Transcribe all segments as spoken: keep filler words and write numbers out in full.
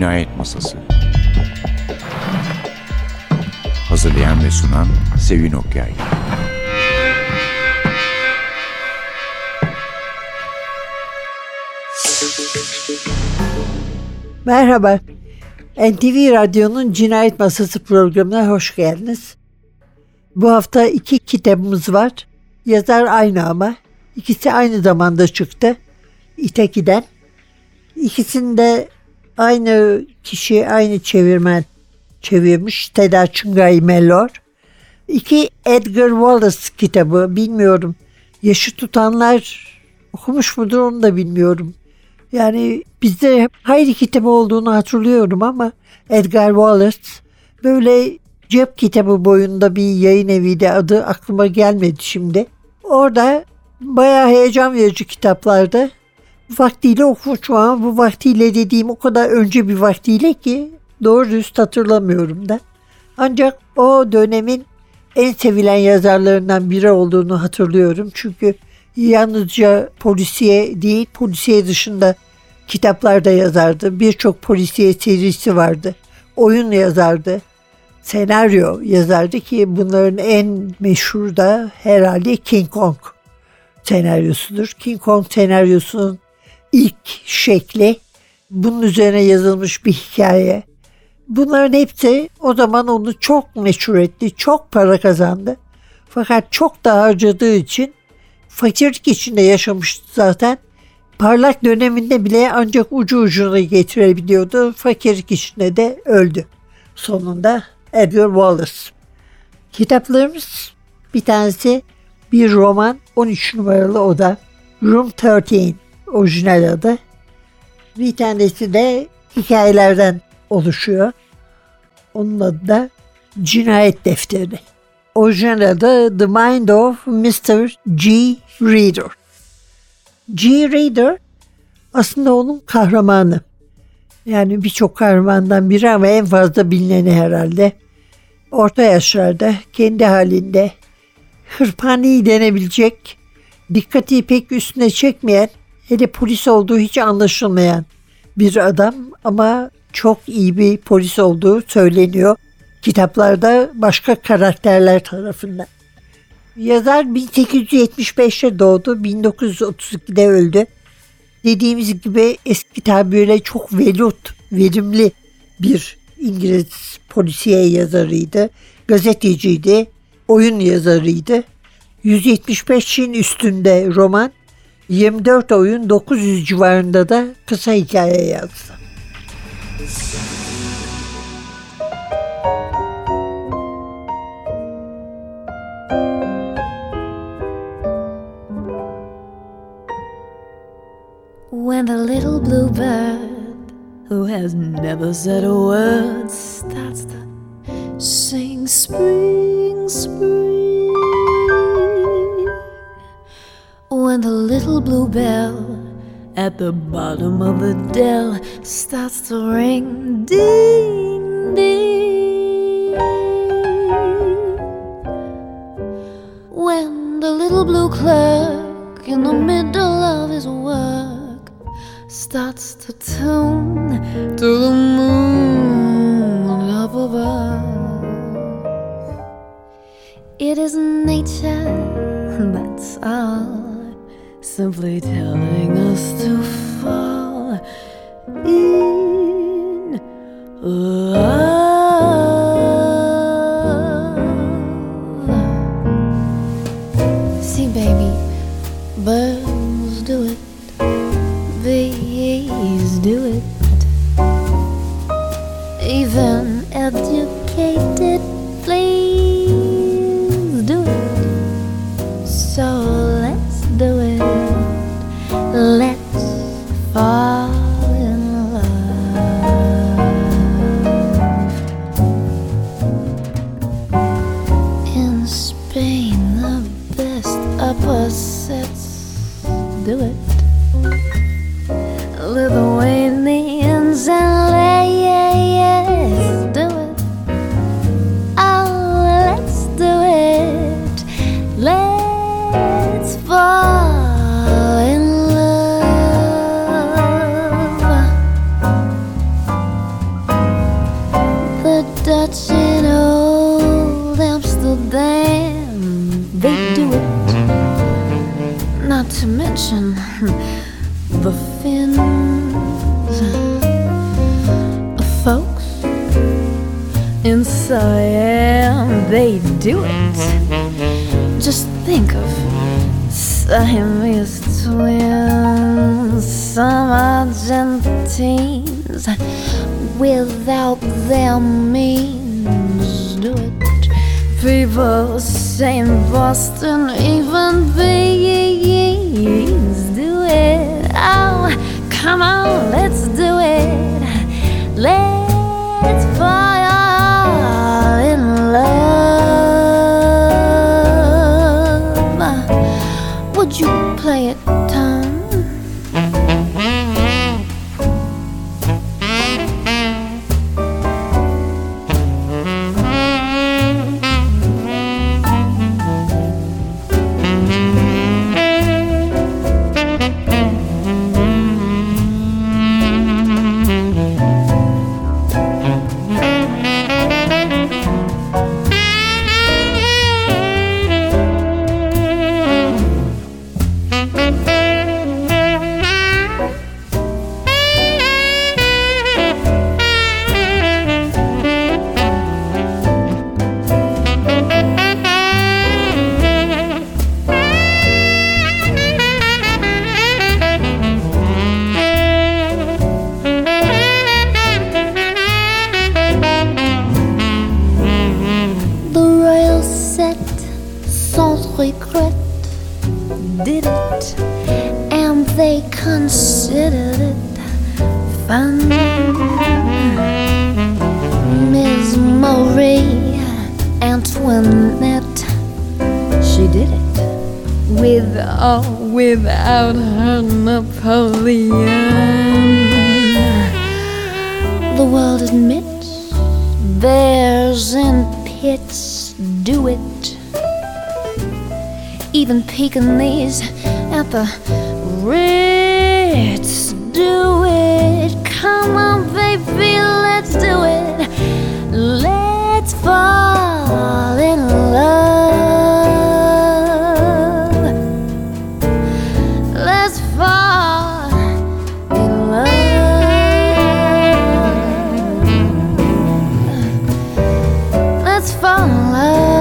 Cinayet Masası. Hazırlayan ve sunan Sevin Okyay. Merhaba, N T V Radyo'nun Cinayet Masası programına hoş geldiniz. Bu hafta iki kitabımız var. Yazar aynı ama ikisi aynı zamanda çıktı. İteki'den. İkisini aynı kişi, aynı çevirmen çevirmiş. Teda Çungay Mellor. İki Edgar Wallace kitabı, bilmiyorum. Yaşı tutanlar okumuş mudur onu da bilmiyorum. Yani bizde hayli kitabı olduğunu hatırlıyorum ama Edgar Wallace böyle cep kitabı boyunda bir yayın eviydi, adı aklıma gelmedi şimdi. Orada bayağı heyecan verici kitaplardı. Vaktiyle okumuşum ama bu vaktiyle dediğim o kadar önce bir vaktiyle ki doğru dürüst hatırlamıyorum da. Ancak o dönemin en sevilen yazarlarından biri olduğunu hatırlıyorum. Çünkü yalnızca polisiye değil, polisiye dışında kitaplar da yazardı. Birçok polisiye serisi vardı. Oyun yazardı. Senaryo yazardı ki bunların en meşhur da herhalde King Kong senaryosudur. King Kong senaryosunun ilk şekli, bunun üzerine yazılmış bir hikaye. Bunların hepsi o zaman onu çok meşhur etti, çok para kazandı. Fakat çok da harcadığı için fakirlik içinde yaşamıştı zaten. Parlak döneminde bile ancak ucu ucuna getirebiliyordu. Fakirlik içinde de öldü. Sonunda Edgar Wallace. Kitaplarımız, bir tanesi bir roman, on üç numaralı oda. Room on üç orijinal adı. Bir tanesi de hikayelerden oluşuyor. Onun adı da Cinayet Defteri. Orijinal adı The Mind of mister G. Reader. G. Reader aslında onun kahramanı. Yani birçok kahramandan biri ama en fazla bilineni herhalde. Orta yaşlarda, kendi halinde, hırpani denebilecek, dikkati pek üstüne çekmeyen, hele polis olduğu hiç anlaşılmayan bir adam ama çok iyi bir polis olduğu söyleniyor kitaplarda başka karakterler tarafından. Yazar bin sekiz yüz yetmiş beşte doğdu, bin dokuz yüz otuz ikide öldü. Dediğimiz gibi eski tabirle çok velut, verimli bir İngiliz polisiye yazarıydı. Gazeteciydi, oyun yazarıydı. yüz yetmiş beşin üstünde roman, yirmi dört oyun, dokuz yüz civarında da kısa hikaye yazdı. When the little blue bird, who has never said a word, starts to sing spring, spring. When the little blue bell at the bottom of the dell starts to ring, ding, ding. When the little blue clerk in the middle of his work starts to tune to the moon up above, it is nature, that's all, simply telling us to fall in love. See, baby, birds do it, bees do it, even educated fleas do it. So let's do it, let's fall in love. In Spain the best opposites do it, Lithuanians and layers do it. Oh, let's do it, let's fall in love. to mention the fins. Folks in Siam, they do it. Just think of Siamese twins, some Argentines without their means do it. People say in Boston, even bees do it. Oh, come on, let's do it. Let's fall in love. Would you play it, Tom? Regret did it, and they considered it fun. Miss Marie Antoinette, she did it with or without her Napoleon. The world admits bears and pits do it. Even Pekingese at the Ritz do it. Come on, baby, let's do it. Let's fall in love. Let's fall in love. Let's fall in love.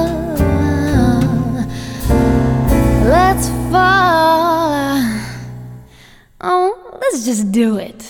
Let's fall. Oh, let's just do it.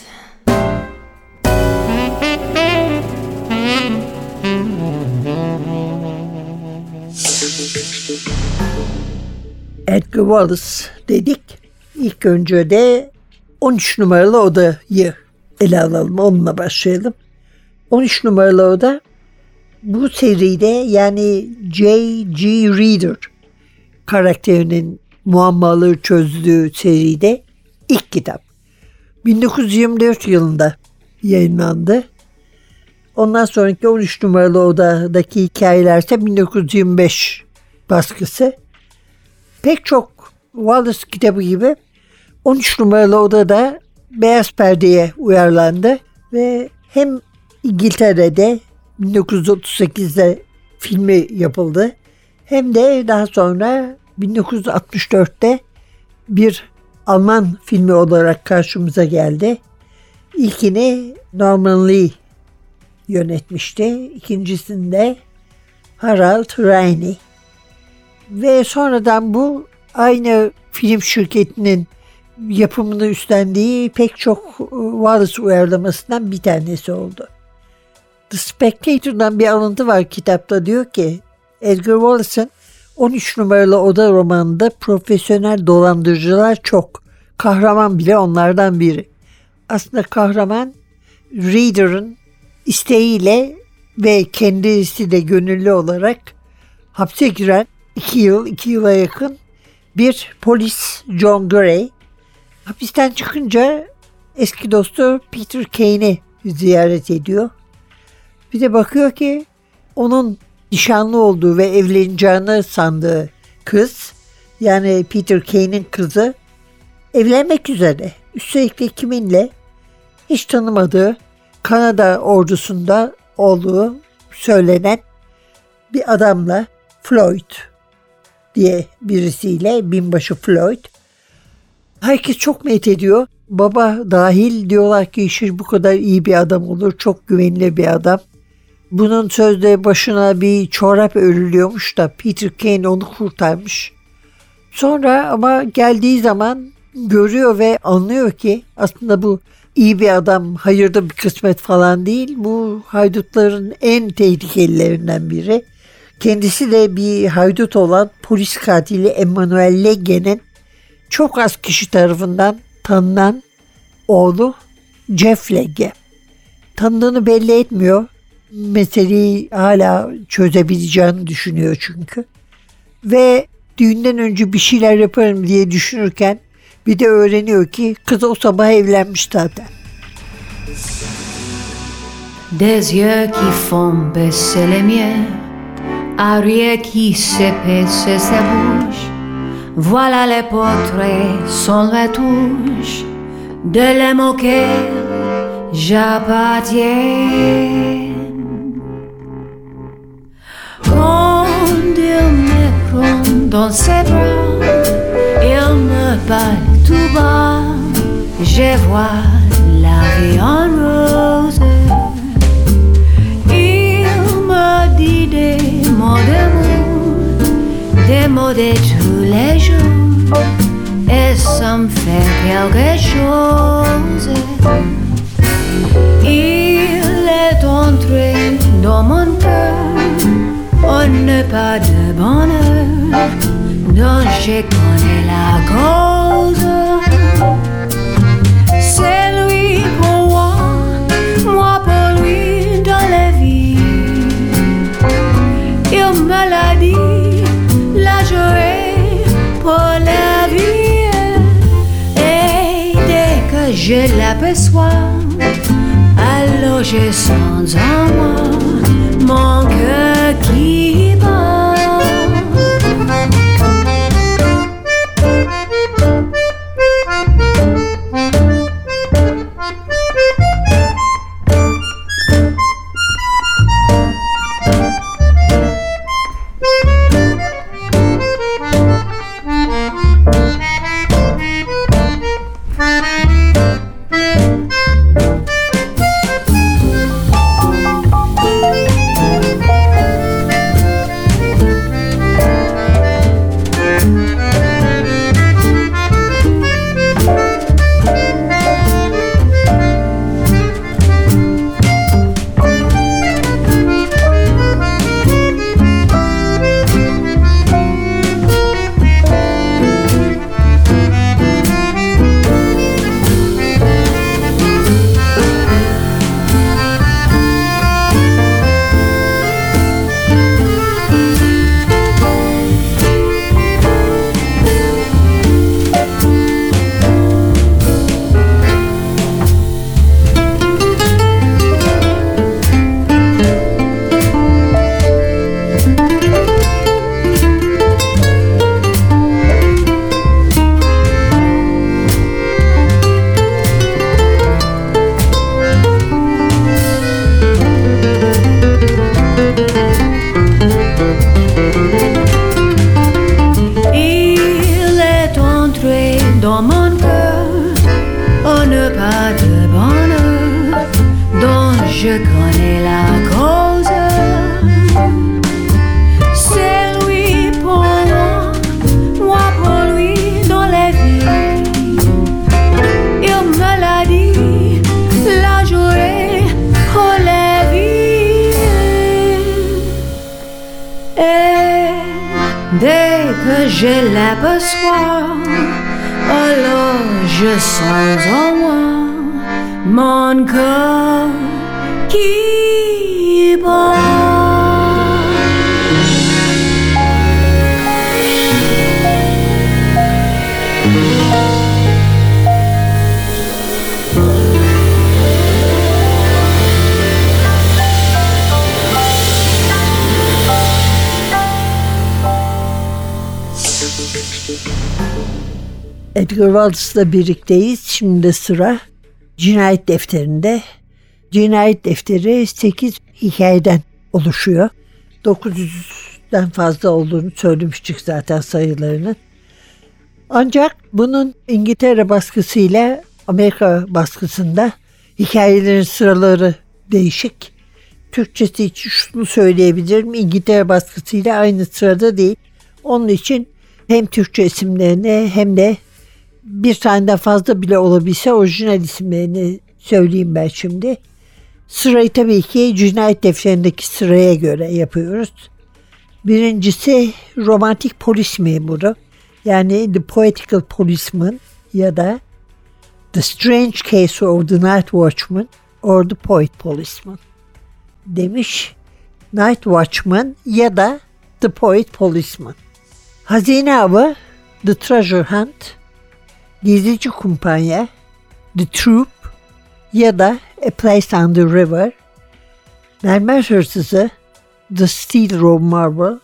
Edgar Wallace dedik. İlk önce de on üç numaralı odayı ele alalım. Onunla başlayalım. on üç numaralı oda bu seride, yani J G Reader karakterinin muammaları çözdüğü seride ilk kitap. bin dokuz yüz yirmi dört yılında yayınlandı. Ondan sonraki on üç numaralı odadaki hikayeler ise bin dokuz yüz yirmi beş baskısı. Pek çok Wallace kitabı gibi on üç numaralı odada beyaz perdeye uyarlandı ve hem İngiltere'de bin dokuz yüz otuz sekizde filmi yapıldı, hem de daha sonra bin dokuz yüz altmış dörtte bir Alman filmi olarak karşımıza geldi. İlkini Norman Lee yönetmişti. İkincisinde Harald Reine. Ve sonradan bu aynı film şirketinin yapımını üstlendiği pek çok Wallace uyarlamasından bir tanesi oldu. The Spectator'dan bir alıntı var kitapta, diyor ki Edgar Wallace'ın on üç numaralı oda romanında profesyonel dolandırıcılar çok. Kahraman bile onlardan biri. Aslında kahraman Reader'ın isteğiyle ve kendisi de gönüllü olarak hapse giren iki yıl, iki yıla yakın bir polis John Gray. Hapisten çıkınca eski dostu Peter Kane'i ziyaret ediyor. Bir de bakıyor ki onun nişanlı olduğu ve evleneceğini sandığı kız, yani Peter Kane'in kızı, evlenmek üzere. Üstelik de kiminle? Hiç tanımadığı, Kanada ordusunda olduğu söylenen bir adamla, Floyd diye birisiyle, binbaşı Floyd. Herkes çok met ediyor. Baba dahil diyorlar ki işi bu kadar iyi bir adam olur. Çok güvenilir bir adam. Bunun sözde başına bir çorap örülüyormuş da Peter Kane onu kurtarmış. Sonra ama geldiği zaman görüyor ve anlıyor ki aslında bu iyi bir adam, hayırda bir kısmet falan değil. Bu haydutların en tehlikelilerinden biri. Kendisi de bir haydut olan polis katili Emanuel Legge'nin çok az kişi tarafından tanınan oğlu Jeff Legge. Tanıdığını belli etmiyor. Meseleyi hala çözebileceğini düşünüyor çünkü. Ve düğünden önce bir şeyler yaparım diye düşünürken bir de öğreniyor ki kız o sabah evlenmiş zaten. Des yeux qui font baisser les miens, un rire qui s'épaissit sa bouche. Voilà les portraits sans retouche de l'homme auquel j'appartiens. Quand il me prend dans ses bras, il me parle tout bas, je vois la vie en rose. Il me dit des mots d'amour, des mots de tous les jours, et ça me fait quelque chose. Il est entré dans mon cœur, on n'a pas de bonheur, dont je connais la cause. C'est lui pour moi, moi pour lui dans la vie. Il me l'a dit, la joie pour la vie. Et dès que je l'aperçois, alors je sens en moi mon cœur qui bat. Dès que je l'aperçois, alors je sens en moi mon cœur qui bat. Edgar Wallace'la birlikteyiz. Şimdi de sıra Cinayet Defteri'nde. Cinayet Defteri sekiz hikayeden oluşuyor. dokuz yüzden fazla olduğunu söylemiştik zaten sayılarını. Ancak bunun İngiltere baskısıyla Amerika baskısında hikayelerin sıraları değişik. Türkçesi için şunu söyleyebilirim. İngiltere baskısıyla aynı sırada değil. Onun için hem Türkçe isimlerini hem de bir taneden fazla bile olabilse orijinal isimlerini söyleyeyim ben şimdi. Sırayı tabii ki cinayet defterindeki sıraya göre yapıyoruz. Birincisi romantik polis memuru. Yani The Poetical Policeman ya da The Strange Case of the Night Watchman or The Poet Policeman demiş. Night Watchman ya da The Poet Policeman. Hazine avı The Treasure Hunt, Gezici Kumpanya The Troop ya da A Place on the River, Mermer Hırsızı The Steel Row Marble,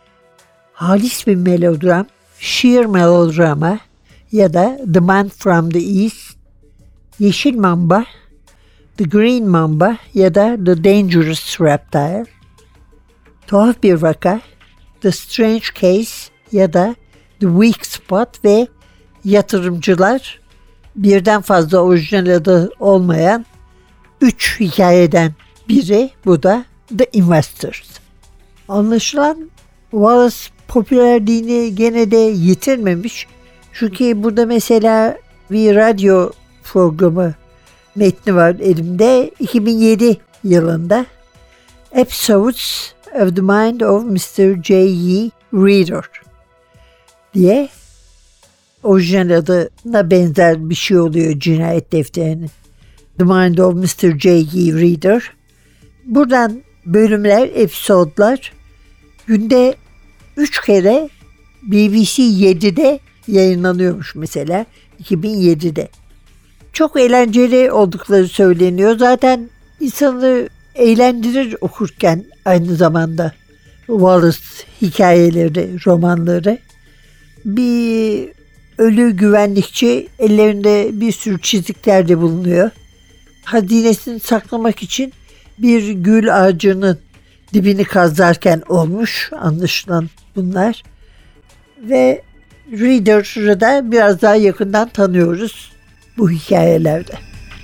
halis bir melodram Sheer Melodrama ya da The Man from the East, Yeşil Mamba The Green Mamba ya da The Dangerous Reptile, tuhaf bir vaka The Strange Case ya da The Weak Spot ve yatırımcılar, birden fazla orijinal adı olmayan üç hikayeden biri, bu da The Investors. Anlaşılan Wallace popülerliğini gene de yitirmemiş. Çünkü burada mesela bir radyo programı metni var elimde. iki bin yedi yılında Episodes of the Mind of mister J E Reader diye, orijinal adına benzer bir şey oluyor cinayet defterinin. The Mind of mister J E Reader. Buradan bölümler, episodlar günde üç kere B B C yedide yayınlanıyormuş mesela iki bin yedide. Çok eğlenceli oldukları söyleniyor. Zaten insanı eğlendirir okurken aynı zamanda Wallace hikayeleri, romanları. Bir ölü güvenlikçi, ellerinde bir sürü çizikler de bulunuyor. Hazinesini saklamak için bir gül ağacının dibini kazarken olmuş anlaşılan bunlar. Ve Reader'ı da biraz daha yakından tanıyoruz bu hikayelerde.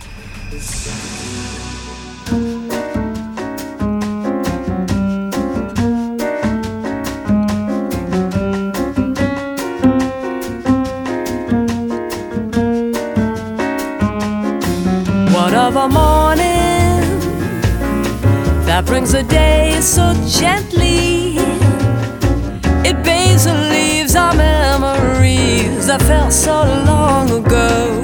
What of a morning that brings the day so gently? It bathes and leaves our memories that felt so long ago.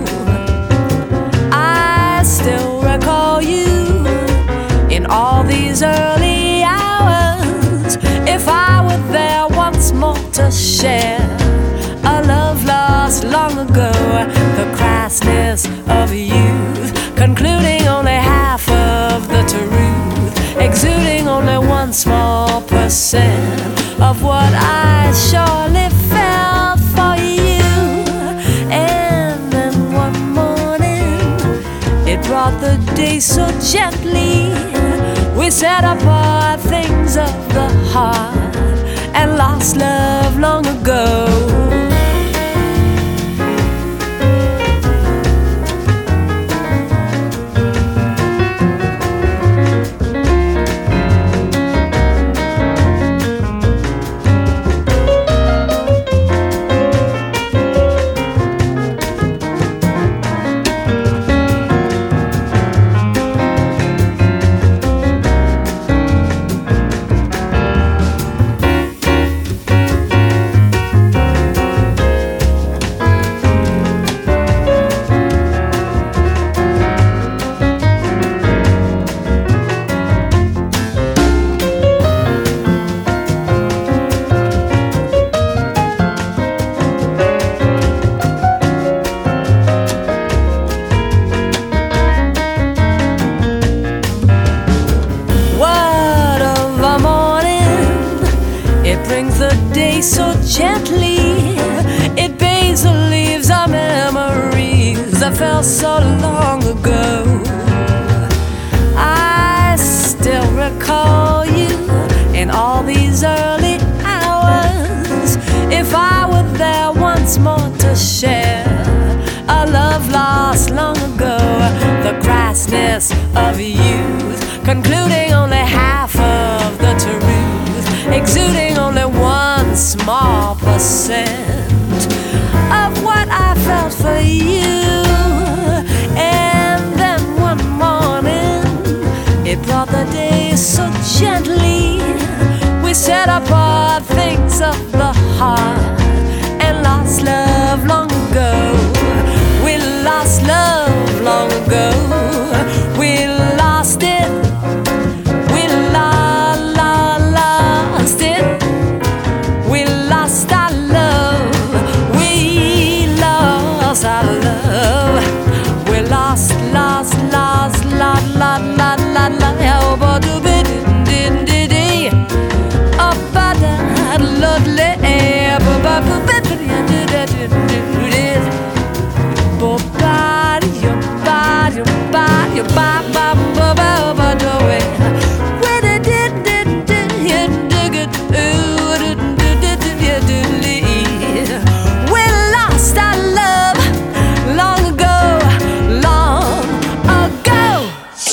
I still recall you in all these early hours. If I were there once more to share a love lost long ago, the crassness of youth, concluding only half of the truth, exuding only one small percent of what I surely felt for you. And then one morning it brought the day so gently. We set apart things of the heart and lost love long ago. So gently, it bathes and leaves our memories that felt so long ago. I still recall you in all these early hours. If I were there once more to vastness of youth, concluding only half of the truth, exuding only one small percent of what I felt for you. And then one morning it brought the day so gently. We set apart things of the heart and lost love long ago. We lost love long ago. We lost it. We la la lost it. We lost our love. We lost our love. We lost, lost, lost, la la la la la. Oh, but do be din din din din. Oh, but that lovely air. But but but but din din din din din. But body, your body, your body, your body, body, body, body, do it. When it did did did you dig it? Ooh, did did did did you did it? We lost our love long ago, long ago.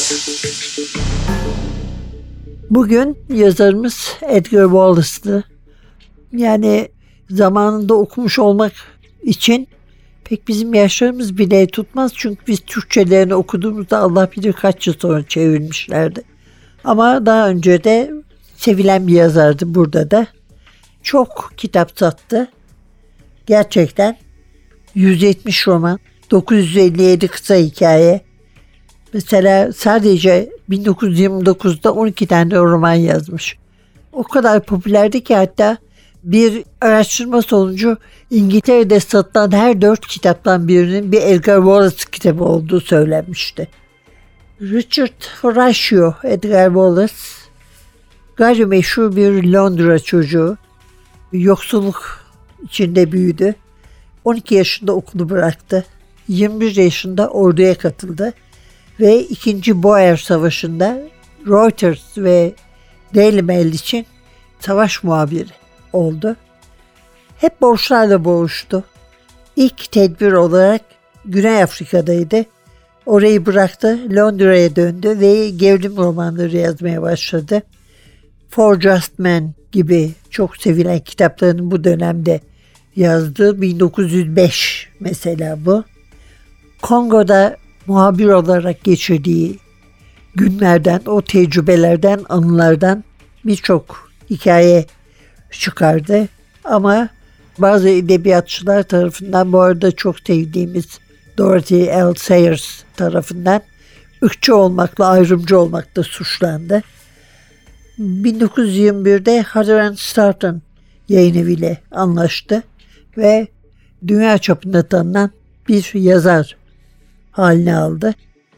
Bugün yazarımız Edgar Wallace'tı. Yani zamanında okumuş olmak için pek bizim yaşlarımız bile tutmaz. Çünkü biz Türkçelerini okuduğumuzda Allah bilir kaç yıl sonra çevirmişlerdi. Ama daha önce de sevilen bir yazardı burada da. Çok kitap sattı. Gerçekten yüz yetmiş roman, dokuz yüz elli yedi kısa hikaye. Mesela sadece bin dokuz yüz yirmi dokuzda on iki tane roman yazmış. O kadar popülerdi ki hatta bir araştırma sonucu İngiltere'de satılan her dört kitaptan birinin bir Edgar Wallace kitabı olduğu söylenmişti. Richard Horatio Edgar Wallace gayrimeşru bir Londra çocuğu. Yoksulluk içinde büyüdü. on iki yaşında okulu bıraktı. yirmi bir yaşında orduya katıldı. Ve ikinci. Boer Savaşı'nda Reuters ve Daily Mail için savaş muhabiri oldu. Hep borçlarla boğuştu. İlk tedbir olarak Güney Afrika'daydı. Orayı bıraktı, Londra'ya döndü ve gerilim romanları yazmaya başladı. Four Just Men gibi çok sevilen kitaplarını bu dönemde yazdı. bin dokuz yüz beş mesela bu. Kongo'da muhabir olarak geçirdiği günlerden, o tecrübelerden, anılardan birçok hikaye çıkardı. Ama bazı edebiyatçılar tarafından, bu arada çok sevdiğimiz Dorothy L. Sayers tarafından ırkçı olmakla, ayrımcı olmakla suçlandı. bin dokuz yüz yirmi birde Harder and Stoughton yayıneviyle anlaştı ve dünya çapında tanınan bir yazar haline aldı.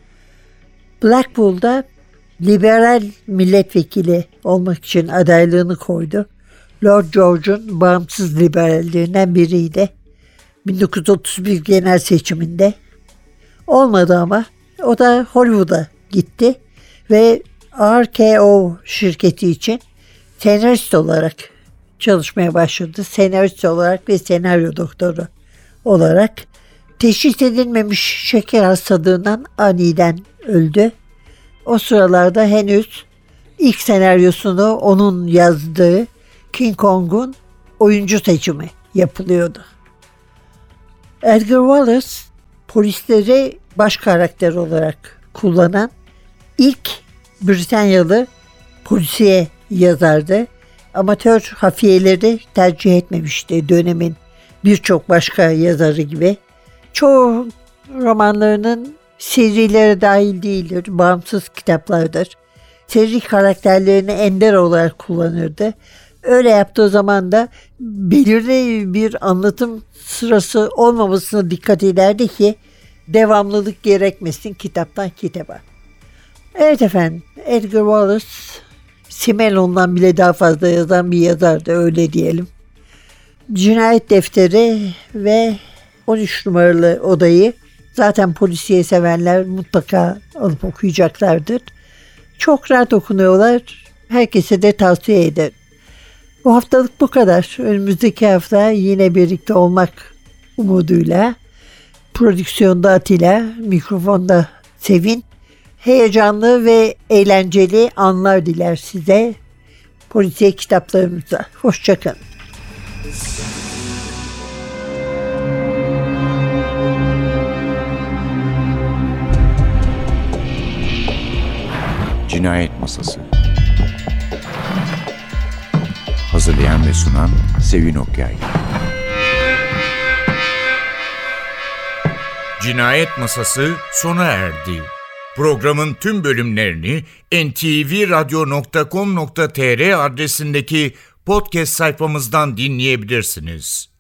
Blackpool'da liberal milletvekili olmak için adaylığını koydu. Lord George'un bağımsız liberallerinden biriydi. bin dokuz yüz otuz bir genel seçiminde olmadı ama o da Hollywood'a gitti ve R K O şirketi için senarist olarak çalışmaya başladı. Senarist olarak ve senaryo doktoru olarak. Teşhis edilmemiş şeker hastalığından aniden öldü. O sıralarda henüz ilk senaryosunu onun yazdığı King Kong'un oyuncu seçimi yapılıyordu. Edgar Wallace polisleri baş karakter olarak kullanan ilk Britanyalı polisiye yazardı. Amatör hafiyeleri tercih etmemişti dönemin birçok başka yazarı gibi. Çoğu romanlarının serilere dahil değildir, bağımsız kitaplardır. Seri karakterlerini ender olarak kullanırdı. Öyle yaptığı zaman da belirli bir anlatım sırası olmamasına dikkat ederdi ki devamlılık gerekmesin kitaptan kitaba. Evet efendim, Edgar Wallace Simelon'dan bile daha fazla yazan bir yazardı, öyle diyelim. Cinayet Defteri ve on üç numaralı odayı zaten polisiye sevenler mutlaka alıp okuyacaklardır. Çok rahat okunuyorlar. Herkese de tavsiye ederim. Bu haftalık bu kadar. Önümüzdeki hafta yine birlikte olmak umuduyla. Prodüksiyonda Atilla, mikrofonda Sevin. heyecanlı ve eğlenceli anlar diler size polisiye kitaplarımıza. Hoşçakalın. Cinayet Masası. Hazırlayan ve sunan Sevin Okyay. Cinayet Masası sona erdi. Programın tüm bölümlerini en te ve radyo nokta com nokta te er adresindeki podcast sayfamızdan dinleyebilirsiniz.